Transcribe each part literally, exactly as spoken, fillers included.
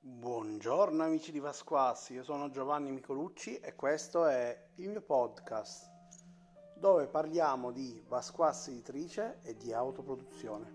Buongiorno amici di Vasquassi, io sono Giovanni Micolucci e questo è il mio podcast dove parliamo di Vasquassi editrice e di autoproduzione.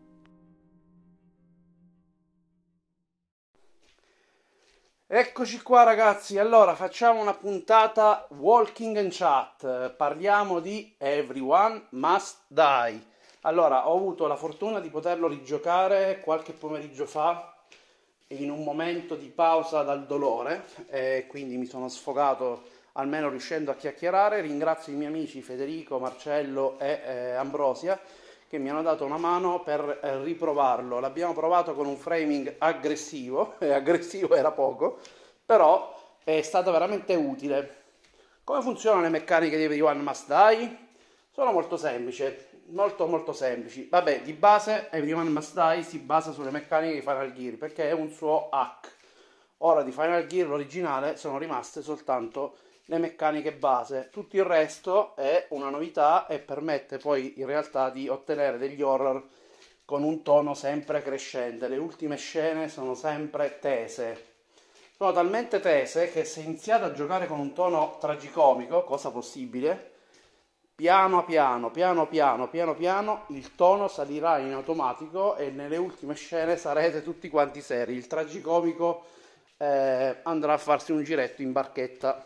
Eccoci qua ragazzi, allora facciamo una puntata Walking and Chat, parliamo di Everyone Must Die. Allora, ho avuto la fortuna di poterlo rigiocare qualche pomeriggio fa in un momento di pausa dal dolore e quindi mi sono sfogato almeno riuscendo a chiacchierare. Ringrazio i miei amici Federico, Marcello e eh, Ambrosia che mi hanno dato una mano per eh, riprovarlo. L'abbiamo provato con un framing aggressivo, e aggressivo era poco, però è stato veramente utile. Come funzionano le meccaniche di Everyone Must Die? Sono molto semplici, molto molto semplici. Vabbè, di base Everyone Must Die si basa sulle meccaniche di Final Gear perché è un suo hack. Ora di Final Gear l'originale sono rimaste soltanto le meccaniche base, tutto il resto è una novità e permette poi in realtà di ottenere degli horror con un tono sempre crescente. Le ultime scene sono sempre tese. Sono talmente tese che se iniziate a giocare con un tono tragicomico, cosa possibile, piano piano, piano piano, piano piano, il tono salirà in automatico e nelle ultime scene sarete tutti quanti seri. Il tragicomico eh, andrà a farsi un giretto in barchetta.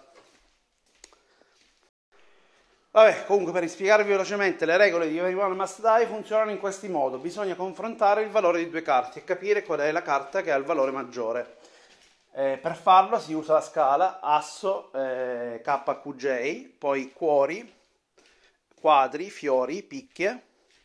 Vabbè, comunque per spiegharvi velocemente le regole di Everyone Must Die funzionano in questo modo. Bisogna confrontare il valore di due carte e capire qual è la carta che ha il valore maggiore. Eh, per farlo si usa la scala asso eh, K Q J, poi cuori, quadri, fiori, picche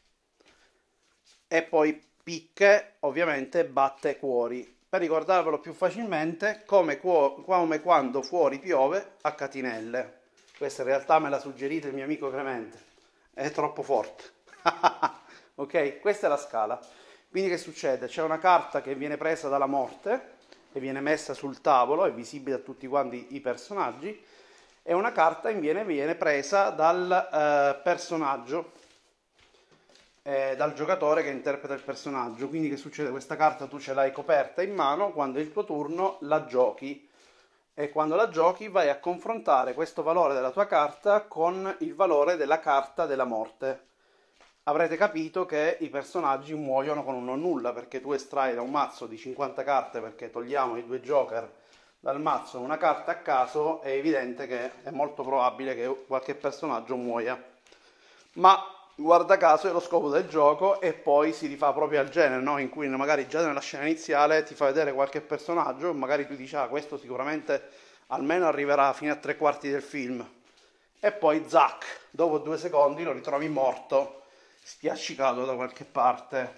e poi picche ovviamente batte cuori. Per ricordarvelo più facilmente, come, come quando fuori piove a catinelle. Questa in realtà me l'ha suggerito il mio amico Clemente, è troppo forte. Ok, questa è la scala. Quindi che succede? C'è una carta che viene presa dalla morte e viene messa sul tavolo, è visibile a tutti quanti i personaggi, e una carta invece viene presa dal eh, personaggio, eh, dal giocatore che interpreta il personaggio. Quindi che succede? Questa carta tu ce l'hai coperta in mano, quando è il tuo turno la giochi e quando la giochi vai a confrontare questo valore della tua carta con il valore della carta della morte. Avrete capito che i personaggi muoiono con un non nulla perché tu estrai da un mazzo di cinquanta carte, perché togliamo i due joker dal mazzo una carta a caso, è evidente che è molto probabile che qualche personaggio muoia. Ma guarda caso è lo scopo del gioco e poi si rifà proprio al genere, no? In cui magari già nella scena iniziale ti fa vedere qualche personaggio, magari tu dici ah questo sicuramente almeno arriverà fino a tre quarti del film, e poi zac, dopo due secondi lo ritrovi morto, spiaccicato da qualche parte.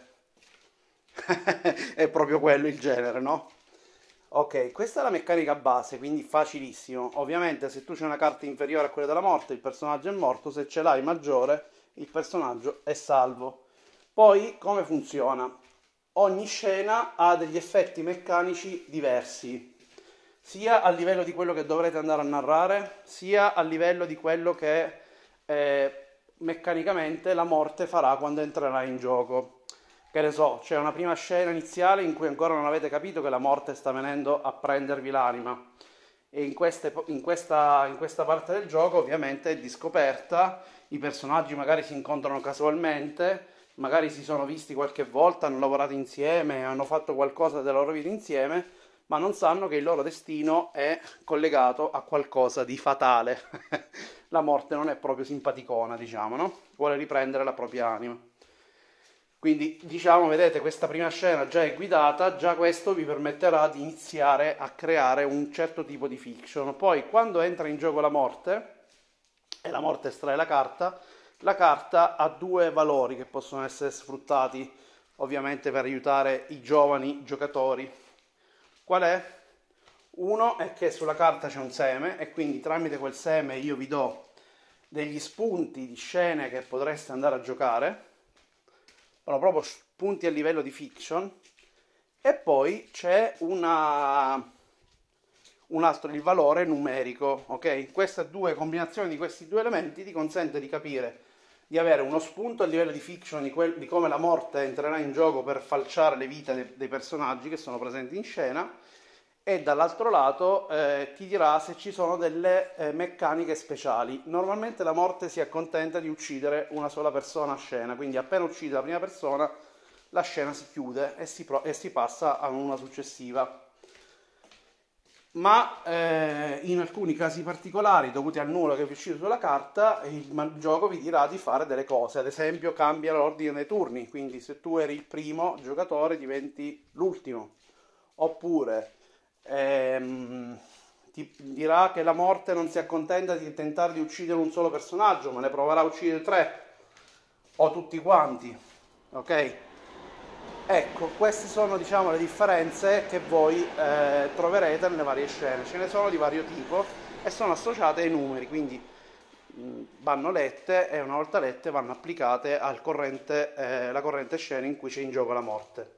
È proprio quello il genere, no? Ok, questa è la meccanica base, quindi facilissimo. Ovviamente se tu c'hai una carta inferiore a quella della morte, il personaggio è morto, se ce l'hai maggiore, il personaggio è salvo. Poi come funziona? Ogni scena ha degli effetti meccanici diversi, sia a livello di quello che dovrete andare a narrare, sia a livello di quello che eh, meccanicamente la morte farà quando entrerà in gioco. Che ne so, c'è una prima scena iniziale in cui ancora non avete capito che la morte sta venendo a prendervi l'anima, e in, queste, in, questa, in questa parte del gioco ovviamente è di scoperta, i personaggi magari si incontrano casualmente, magari si sono visti qualche volta, hanno lavorato insieme, hanno fatto qualcosa della loro vita insieme, ma non sanno che il loro destino è collegato a qualcosa di fatale. La morte non è proprio simpaticona, diciamo, no? Vuole riprendere la propria anima. Quindi, diciamo, vedete, questa prima scena già è guidata, già questo vi permetterà di iniziare a creare un certo tipo di fiction. Poi, quando entra in gioco la morte, e la morte estrae la carta, la carta ha due valori che possono essere sfruttati, ovviamente, per aiutare i giovani giocatori. Qual è? Uno è che sulla carta c'è un seme, e quindi tramite quel seme io vi do degli spunti di scene che potreste andare a giocare, sono proprio spunti a livello di fiction. E poi c'è una, un altro, il valore numerico, ok? Queste due combinazioni di questi due elementi ti consente di capire, di avere uno spunto a livello di fiction di, quel, di come la morte entrerà in gioco per falciare le vite dei, dei personaggi che sono presenti in scena, e dall'altro lato eh, ti dirà se ci sono delle eh, meccaniche speciali. Normalmente la morte si accontenta di uccidere una sola persona a scena, quindi appena uccide la prima persona la scena si chiude e si, pro- e si passa a una successiva. Ma eh, in alcuni casi particolari dovuti al numero che è uscito sulla carta, il ma- gioco vi dirà di fare delle cose, ad esempio cambia l'ordine dei turni, quindi se tu eri il primo giocatore diventi l'ultimo, oppure ehm, ti dirà che la morte non si accontenta di tentare di uccidere un solo personaggio, ma ne proverà a uccidere tre o tutti quanti, ok? Ecco, queste sono diciamo le differenze che voi eh, troverete nelle varie scene. Ce ne sono di vario tipo e sono associate ai numeri, quindi mh, vanno lette e una volta lette vanno applicate al corrente, eh, la corrente scena in cui c'è in gioco la morte.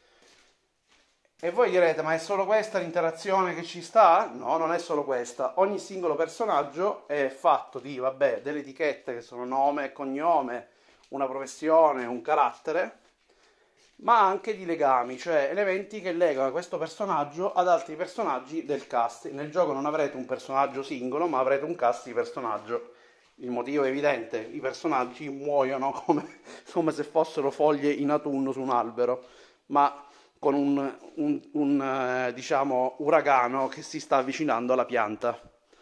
E voi direte, ma è solo questa l'interazione che ci sta? No, non è solo questa. Ogni singolo personaggio è fatto di, vabbè, delle etichette che sono nome e cognome, una professione, un carattere, ma anche di legami, cioè elementi che legano questo personaggio ad altri personaggi del cast. Nel gioco non avrete un personaggio singolo, ma avrete un cast di personaggio. Il motivo è evidente, i personaggi muoiono come, come se fossero foglie in autunno su un albero, ma con un, un, un eh, diciamo, uragano che si sta avvicinando alla pianta.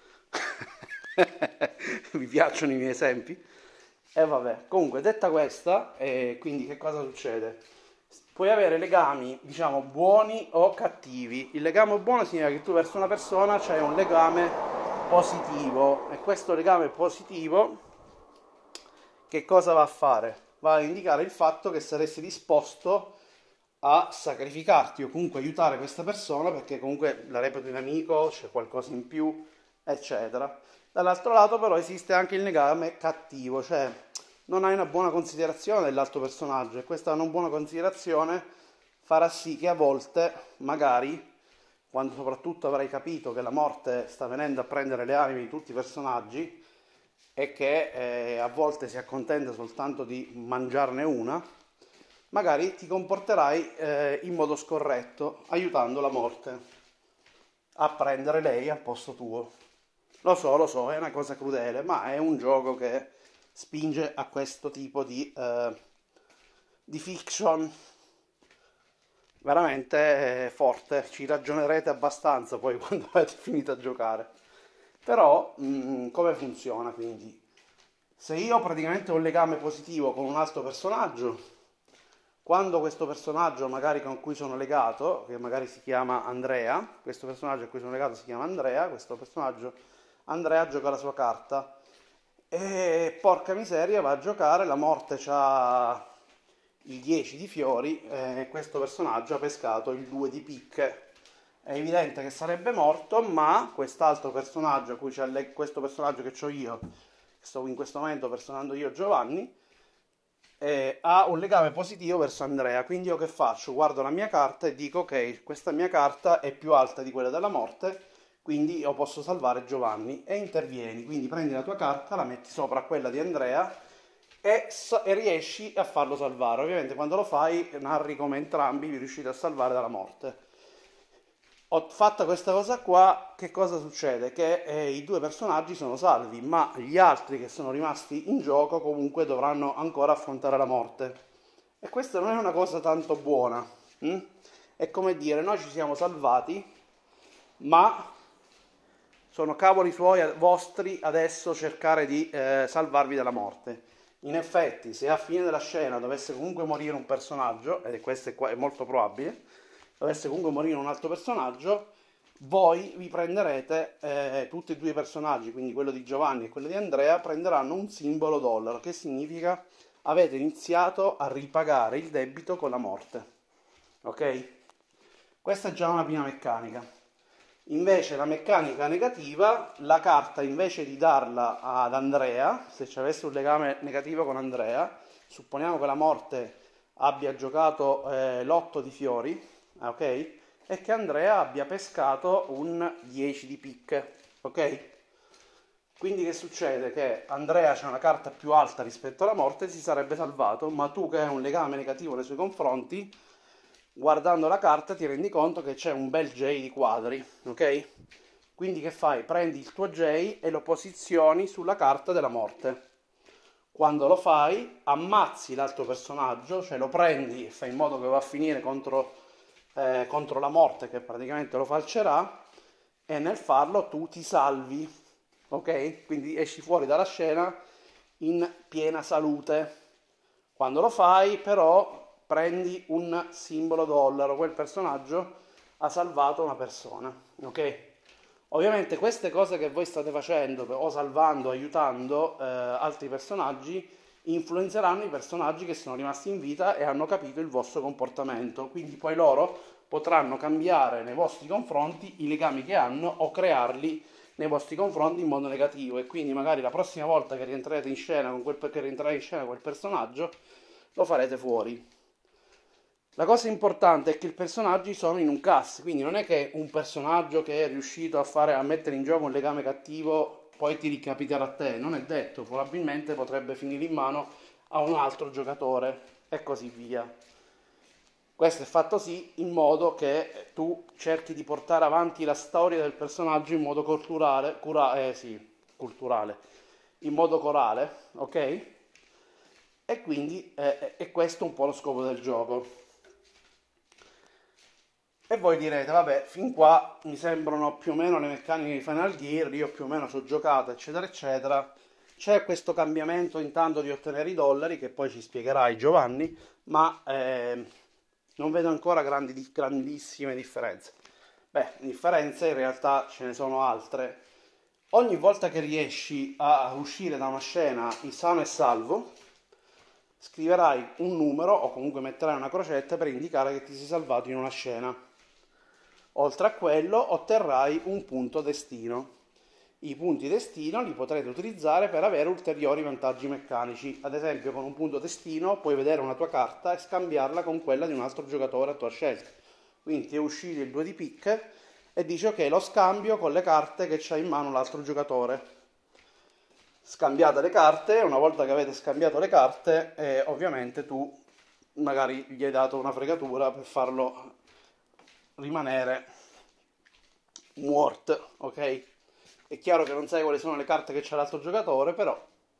Vi piacciono i miei esempi? E vabbè, comunque detta questa, eh, quindi che cosa succede? Puoi avere legami, diciamo, buoni o cattivi. Il legame buono significa che tu verso una persona c'hai un legame positivo e questo legame positivo che cosa va a fare? Va a indicare il fatto che saresti disposto a sacrificarti o comunque aiutare questa persona perché comunque la reputi un amico, c'è qualcosa in più, eccetera. Dall'altro lato però esiste anche il legame cattivo, cioè non hai una buona considerazione dell'altro personaggio e questa non buona considerazione farà sì che a volte, magari, quando soprattutto avrai capito che la morte sta venendo a prendere le anime di tutti i personaggi e che eh, a volte si accontenta soltanto di mangiarne una, magari ti comporterai eh, in modo scorretto, aiutando la morte a prendere lei al posto tuo. Lo so, lo so, è una cosa crudele, ma è un gioco che spinge a questo tipo di, eh, di fiction veramente forte. Ci ragionerete abbastanza poi quando avete finito a giocare. Però, mh, come funziona quindi? Se io praticamente ho un legame positivo con un altro personaggio, quando questo personaggio magari con cui sono legato, che magari si chiama Andrea, questo personaggio a cui sono legato si chiama Andrea, questo personaggio Andrea gioca la sua carta e porca miseria va a giocare, la morte c'ha il dieci di fiori e questo personaggio ha pescato il due di picche. È evidente che sarebbe morto, ma quest'altro personaggio a cui c'è le- questo personaggio che ho io, che sto in questo momento personando io Giovanni, eh, ha un legame positivo verso Andrea. Quindi io che faccio? Guardo la mia carta e dico ok, questa mia carta è più alta di quella della morte, quindi io posso salvare Giovanni e intervieni. Quindi prendi la tua carta, la metti sopra quella di Andrea e, so- e riesci a farlo salvare. Ovviamente quando lo fai narri come entrambi vi riuscite a salvare dalla morte. Ho fatto questa cosa qua, che cosa succede? Che eh, i due personaggi sono salvi, ma gli altri che sono rimasti in gioco comunque dovranno ancora affrontare la morte. E questa non è una cosa tanto buona. Hm? È come dire, noi ci siamo salvati, ma sono cavoli suoi vostri adesso cercare di eh, salvarvi dalla morte. In effetti, se a fine della scena dovesse comunque morire un personaggio, ed questo è, qua, è molto probabile, dovesse comunque morire un altro personaggio, voi vi prenderete, eh, tutti e due i personaggi, quindi quello di Giovanni e quello di Andrea, prenderanno un simbolo dollaro, che significa avete iniziato a ripagare il debito con la morte. Ok? Questa è già una prima meccanica. Invece la meccanica negativa, la carta invece di darla ad Andrea, se ci avesse un legame negativo con Andrea, supponiamo che la morte abbia giocato eh, l'otto di fiori, ok? E che Andrea abbia pescato un dieci di picche, ok? Quindi che succede? Che Andrea c'è una carta più alta rispetto alla morte, si sarebbe salvato, ma tu che hai un legame negativo nei suoi confronti guardando la carta ti rendi conto che c'è un bel J di quadri, ok? Quindi che fai? Prendi il tuo J e lo posizioni sulla carta della morte. Quando lo fai, ammazzi l'altro personaggio, cioè lo prendi e fai in modo che va a finire contro, eh, contro la morte, che praticamente lo falcerà, e nel farlo tu ti salvi, ok? Quindi esci fuori dalla scena in piena salute. Quando lo fai, però, prendi un simbolo dollaro, quel personaggio ha salvato una persona, ok? Ovviamente queste cose che voi state facendo, o salvando, aiutando eh, altri personaggi, influenzeranno i personaggi che sono rimasti in vita e hanno capito il vostro comportamento. Quindi poi loro potranno cambiare nei vostri confronti i legami che hanno o crearli nei vostri confronti in modo negativo. E quindi magari la prossima volta che rientrerete in scena con quel, che rientrerà in scena quel personaggio, lo farete fuori. La cosa importante è che i personaggi sono in un cast, quindi non è che un personaggio che è riuscito a, fare, a mettere in gioco un legame cattivo poi ti ricapiterà a te, non è detto, probabilmente potrebbe finire in mano a un altro giocatore e così via. Questo è fatto sì in modo che tu cerchi di portare avanti la storia del personaggio in modo culturale, cura, eh, sì, culturale, in modo corale, ok? E quindi eh, è questo un po' lo scopo del gioco. E voi direte, vabbè, fin qua mi sembrano più o meno le meccaniche di Final Gear, io più o meno ci ho giocato, eccetera, eccetera. C'è questo cambiamento intanto di ottenere i dollari, che poi ci spiegherai Giovanni, ma eh, non vedo ancora grandi, grandissime differenze. Beh, differenze in realtà ce ne sono altre. Ogni volta che riesci a uscire da una scena in sano e salvo, scriverai un numero o comunque metterai una crocetta per indicare che ti sei salvato in una scena. Oltre a quello otterrai un punto destino. I punti destino li potrete utilizzare per avere ulteriori vantaggi meccanici. Ad esempio, con un punto destino puoi vedere una tua carta e scambiarla con quella di un altro giocatore a tua scelta. Quindi ti è uscito il due di picche e dici ok, lo scambio con le carte che c'ha in mano l'altro giocatore. Scambiate le carte, una volta che avete scambiato le carte, eh, ovviamente tu magari gli hai dato una fregatura per farlo rimanere muort, ok? È chiaro che non sai quali sono le carte che c'ha l'altro giocatore, però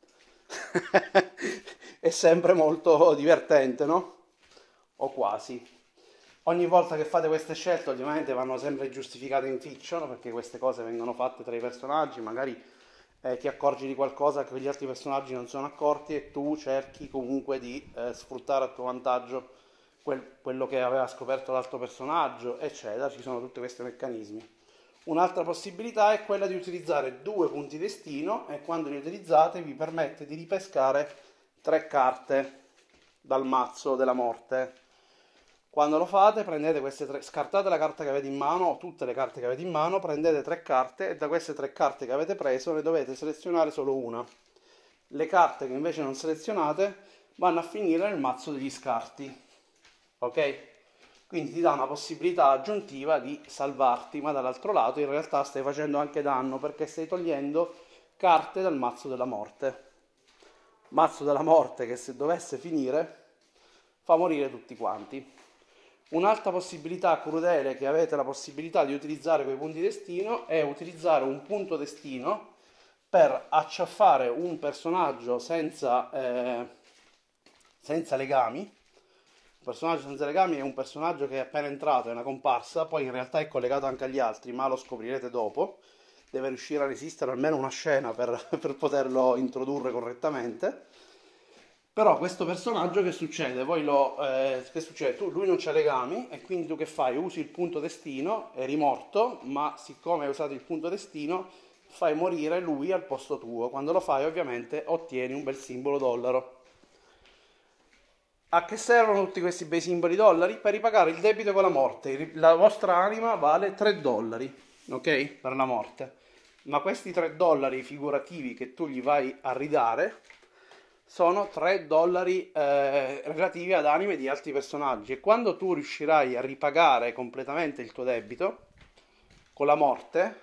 è sempre molto divertente, no? O quasi. Ogni volta che fate queste scelte ovviamente vanno sempre giustificate in fiction, perché queste cose vengono fatte tra i personaggi, magari eh, ti accorgi di qualcosa che gli altri personaggi non sono accorti e tu cerchi comunque di eh, sfruttare a tuo vantaggio quel, quello che aveva scoperto l'altro personaggio, eccetera. Ci sono tutti questi meccanismi. Un'altra possibilità è quella di utilizzare due punti destino e quando li utilizzate vi permette di ripescare tre carte dal mazzo della morte. Quando lo fate prendete queste tre, scartate la carta che avete in mano o tutte le carte che avete in mano, prendete tre carte e da queste tre carte che avete preso ne dovete selezionare solo una. Le carte che invece non selezionate vanno a finire nel mazzo degli scarti, ok? Quindi ti dà una possibilità aggiuntiva di salvarti, ma dall'altro lato in realtà stai facendo anche danno perché stai togliendo carte dal mazzo della morte. Mazzo della morte che se dovesse finire fa morire tutti quanti. Un'altra possibilità crudele che avete la possibilità di utilizzare quei punti destino è utilizzare un punto destino per acciaffare un personaggio senza, eh, senza legami. Un personaggio senza legami è un personaggio che è appena entrato, è una comparsa, poi in realtà è collegato anche agli altri, ma lo scoprirete dopo. Deve riuscire a resistere almeno una scena per, per poterlo introdurre correttamente. Però questo personaggio che succede? Voi lo, eh, che succede? Tu, lui non c'ha legami e quindi tu che fai? Usi il punto destino, eri morto, ma siccome hai usato il punto destino fai morire lui al posto tuo. Quando lo fai ovviamente ottieni un bel simbolo dollaro. A che servono tutti questi bei simboli dollari? Per ripagare il debito con la morte. La vostra anima vale tre dollari, ok? Per la morte. Ma questi tre dollari figurativi che tu gli vai a ridare sono tre dollari eh, relativi ad anime di altri personaggi e quando tu riuscirai a ripagare completamente il tuo debito con la morte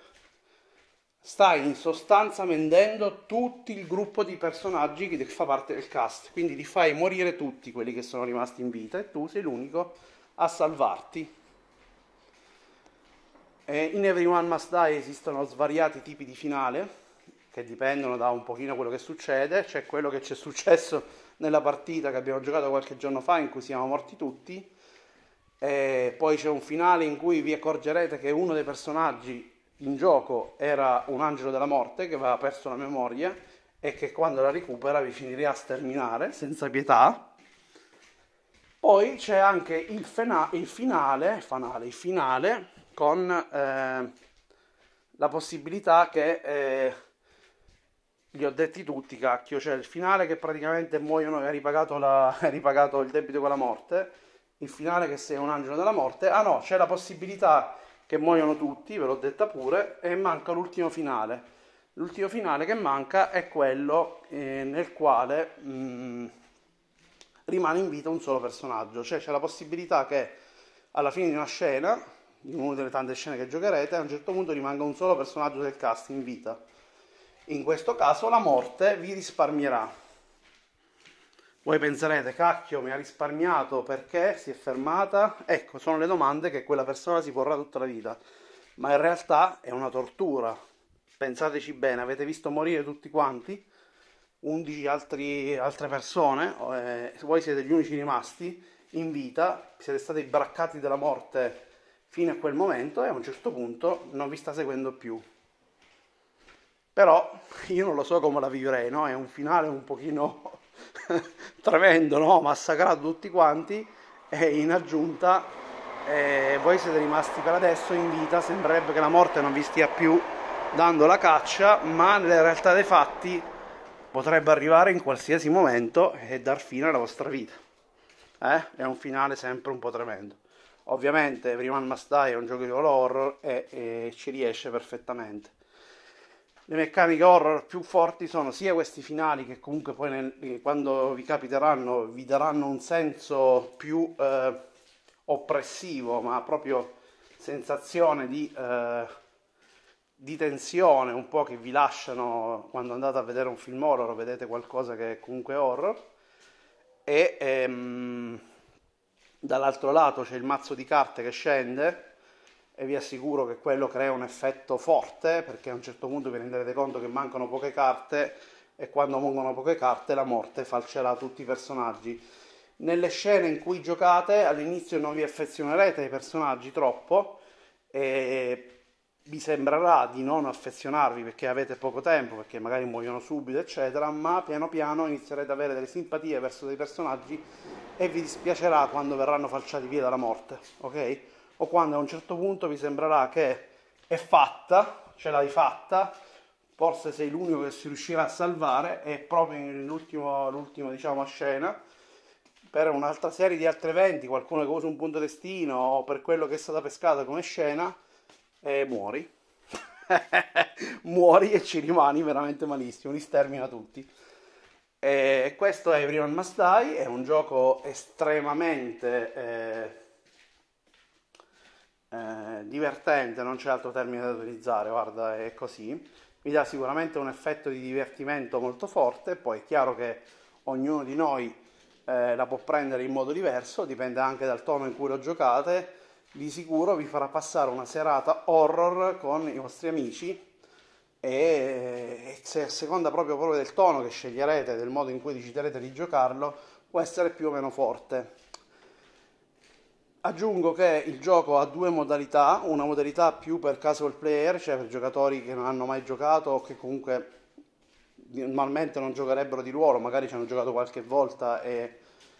stai in sostanza vendendo tutto il gruppo di personaggi che fa parte del cast, quindi li fai morire tutti quelli che sono rimasti in vita e tu sei l'unico a salvarti. E in Everyone Must Die esistono svariati tipi di finale che dipendono da un pochino quello che succede. C'è quello che ci è successo nella partita che abbiamo giocato qualche giorno fa, in cui siamo morti tutti, e poi c'è un finale in cui vi accorgerete che uno dei personaggi in gioco era un angelo della morte che aveva perso la memoria e che quando la recupera vi finirà a sterminare senza pietà. Poi c'è anche il, fena- il finale, fanale, il finale con eh, la possibilità che eh, li ho detti tutti, cacchio, cioè il finale che praticamente muoiono e hai ripagato, la, hai ripagato il debito con la morte, il finale che sei un angelo della morte. Ah no, c'è la possibilità che muoiono tutti, ve l'ho detta pure, e manca l'ultimo finale. L'ultimo finale che manca è quello eh, nel quale mh, rimane in vita un solo personaggio, cioè c'è la possibilità che alla fine di una scena, in una delle tante scene che giocherete, a un certo punto rimanga un solo personaggio del cast in vita. In questo caso la morte vi risparmierà. Voi penserete, cacchio, mi ha risparmiato perché si è fermata? Ecco, sono le domande che quella persona si porrà tutta la vita. Ma in realtà è una tortura. Pensateci bene, avete visto morire tutti quanti? undici altri, altre persone, eh, voi siete gli unici rimasti in vita, siete stati braccati dalla morte fino a quel momento e a un certo punto non vi sta seguendo più. Però io non lo so come la vivrei, no? È un finale un pochino tremendo, no? Massacrato tutti quanti e in aggiunta eh, voi siete rimasti per adesso in vita, sembrerebbe che la morte non vi stia più dando la caccia, ma nella realtà dei fatti potrebbe arrivare in qualsiasi momento e dar fine alla vostra vita. Eh? È un finale sempre un po' tremendo. Ovviamente Everyone Must Die è un gioco di horror e, e ci riesce perfettamente. Le meccaniche horror più forti sono sia questi finali che comunque poi nel, quando vi capiteranno vi daranno un senso più eh, oppressivo, ma proprio sensazione di, eh, di tensione un po' che vi lasciano quando andate a vedere un film horror o vedete qualcosa che è comunque horror. E ehm, dall'altro lato c'è il mazzo di carte che scende e vi assicuro che quello crea un effetto forte, perché a un certo punto vi renderete conto che mancano poche carte e quando mancano poche carte la morte falcerà tutti i personaggi. Nelle scene in cui giocate all'inizio non vi affezionerete ai personaggi troppo e vi sembrerà di non affezionarvi perché avete poco tempo, perché magari muoiono subito eccetera, ma piano piano inizierete ad avere delle simpatie verso dei personaggi e vi dispiacerà quando verranno falciati via dalla morte, ok? O quando a un certo punto vi sembrerà che è fatta, ce l'hai fatta, forse sei l'unico che si riuscirà a salvare e proprio nell'ultimo, l'ultima diciamo scena, per un'altra serie di altri eventi, qualcuno che usa un punto destino o per quello che è stata pescata come scena, e muori. Muori e ci rimani veramente malissimo, li stermina tutti. E questo è Everyone Must Die, è un gioco estremamente... Eh, Eh, divertente, non c'è altro termine da utilizzare, guarda, è così. Vi dà sicuramente un effetto di divertimento molto forte, poi è chiaro che ognuno di noi eh, la può prendere in modo diverso, dipende anche dal tono in cui lo giocate. Di sicuro vi farà passare una serata horror con i vostri amici e, e se a seconda proprio, proprio del tono che sceglierete, del modo in cui deciderete di giocarlo, può essere più o meno forte. Aggiungo che il gioco ha due modalità, una modalità più per casual player, cioè per giocatori che non hanno mai giocato o che comunque normalmente non giocherebbero di ruolo, magari ci hanno giocato qualche volta e,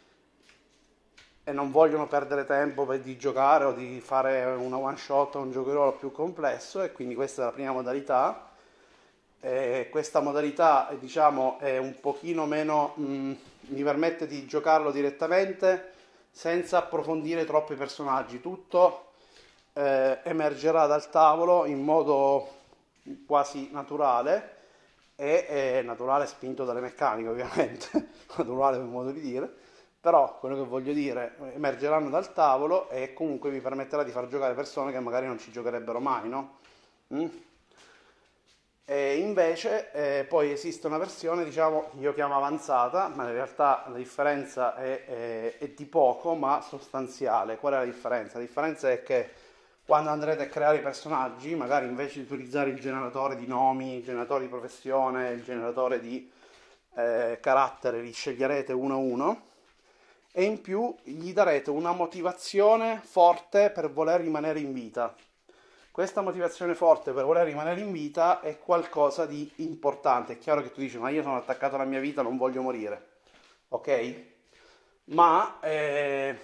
e non vogliono perdere tempo per di giocare o di fare una one shot o un gioco di ruolo più complesso, e quindi questa è la prima modalità. E questa modalità diciamo è un pochino meno, mh, mi permette di giocarlo direttamente senza approfondire troppo i personaggi, tutto eh, emergerà dal tavolo in modo quasi naturale e eh, naturale spinto dalle meccaniche ovviamente, naturale per modo di dire, però quello che voglio dire, emergeranno dal tavolo e comunque vi permetterà di far giocare persone che magari non ci giocherebbero mai, no? Mm? E invece eh, poi esiste una versione, diciamo, io chiamo avanzata, ma in realtà la differenza è, è, è di poco, ma sostanziale. Qual è la differenza? La differenza è che quando andrete a creare i personaggi, magari invece di utilizzare il generatore di nomi, il generatore di professione, il generatore di eh, carattere, li sceglierete uno a uno, e in più gli darete una motivazione forte per voler rimanere in vita. Questa motivazione forte per voler rimanere in vita è qualcosa di importante. È chiaro che tu dici, ma io sono attaccato alla mia vita, non voglio morire, ok? Ma eh,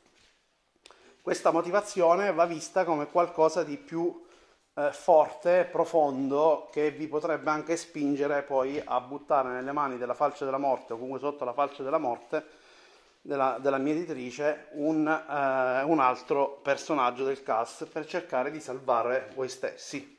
questa motivazione va vista come qualcosa di più eh, forte, profondo, che vi potrebbe anche spingere poi a buttare nelle mani della falce della morte, o comunque sotto la falce della morte, Della, della mia editrice, un, eh, un altro personaggio del cast per cercare di salvare voi stessi.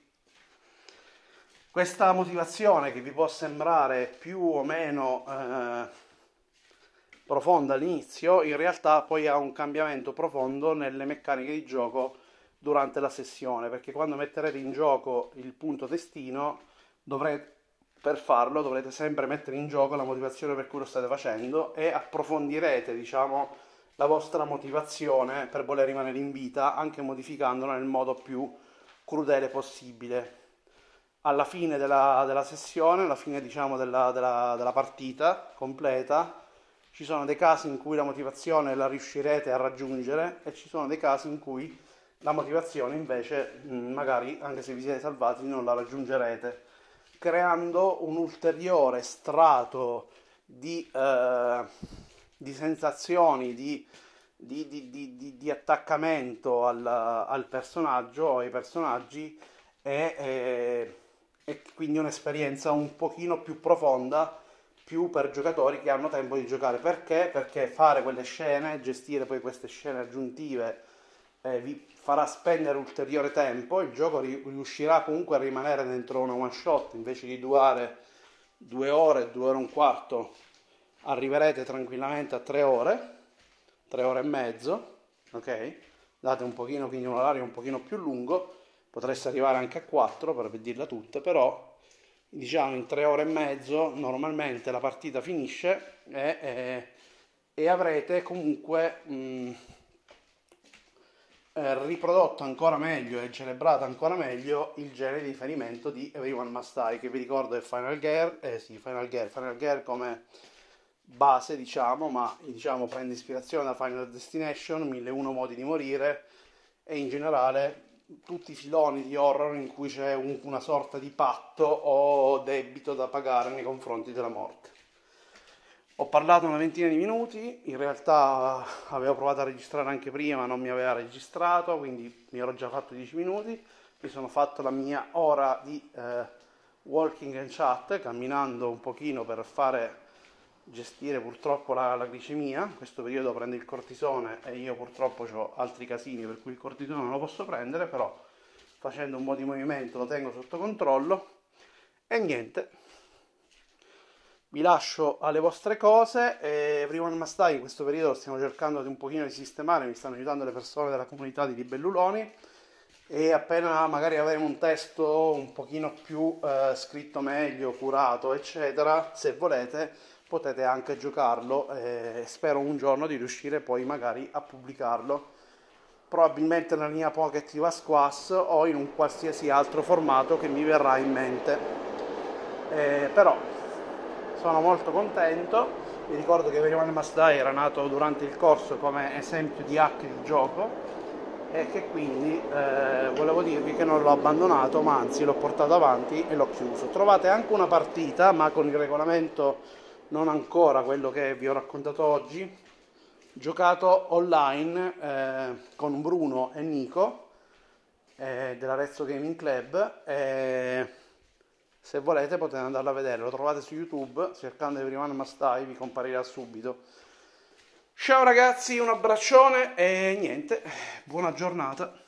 Questa motivazione, che vi può sembrare più o meno eh, profonda all'inizio, in realtà poi ha un cambiamento profondo nelle meccaniche di gioco durante la sessione, perché quando metterete in gioco il punto destino dovrete Per farlo dovrete sempre mettere in gioco la motivazione per cui lo state facendo e approfondirete, diciamo, la vostra motivazione per voler rimanere in vita, anche modificandola nel modo più crudele possibile. Alla fine della, della sessione, alla fine, diciamo, della, della, della partita completa, ci sono dei casi in cui la motivazione la riuscirete a raggiungere e ci sono dei casi in cui la motivazione invece, magari anche se vi siete salvati, non la raggiungerete, creando un ulteriore strato di, eh, di sensazioni, di, di, di, di, di attaccamento al, al personaggio o ai personaggi e, e, e quindi un'esperienza un pochino più profonda, più per giocatori che hanno tempo di giocare. Perché? Perché fare quelle scene, gestire poi queste scene aggiuntive eh, vi farà spendere ulteriore tempo. Il gioco riuscirà comunque a rimanere dentro una one shot, invece di durare due ore, due ore e un quarto, arriverete tranquillamente a tre ore, tre ore e mezzo, ok? Date un pochino, quindi un orario un pochino più lungo, potreste arrivare anche a quattro per dirla tutte, però diciamo in tre ore e mezzo normalmente la partita finisce e, e, e avrete comunque mh, Eh, riprodotto ancora meglio e celebrato ancora meglio il genere di riferimento di Everyone Must Die, che vi ricordo è Final Gear, eh sì, Final Gear, Final Gear come base, diciamo, ma diciamo prende ispirazione da Final Destination, mille e uno modi di morire e in generale tutti i filoni di horror in cui c'è un, una sorta di patto o debito da pagare nei confronti della morte. Ho parlato una ventina di minuti, in realtà avevo provato a registrare anche prima, non mi aveva registrato, quindi mi ero già fatto dieci minuti, mi sono fatto la mia ora di eh, walking and chat, camminando un pochino per fare gestire purtroppo la, la glicemia. In questo periodo prendo il cortisone e io purtroppo ho altri casini per cui il cortisone non lo posso prendere, però facendo un po' di movimento lo tengo sotto controllo e niente. Vi lascio alle vostre cose e Everyone Must Die in questo periodo stiamo cercando di un pochino di sistemare, mi stanno aiutando le persone della comunità di Libelluloni e appena magari avremo un testo un pochino più eh, scritto meglio, curato eccetera, se volete potete anche giocarlo e spero un giorno di riuscire poi magari a pubblicarlo, probabilmente nella linea Pocket di Vasquas o in un qualsiasi altro formato che mi verrà in mente, eh, però sono molto contento. Vi ricordo che Everyone Must Die era nato durante il corso come esempio di hack di gioco e che quindi eh, volevo dirvi che non l'ho abbandonato, ma anzi l'ho portato avanti e l'ho chiuso. Trovate anche una partita, ma con il regolamento non ancora quello che vi ho raccontato oggi, giocato online eh, con Bruno e Nico eh, dell'Arezzo Gaming Club. Eh, Se volete potete andarlo a vedere, lo trovate su YouTube, cercando Everyone Must Die vi comparirà subito. Ciao ragazzi, un abbraccione e niente, buona giornata.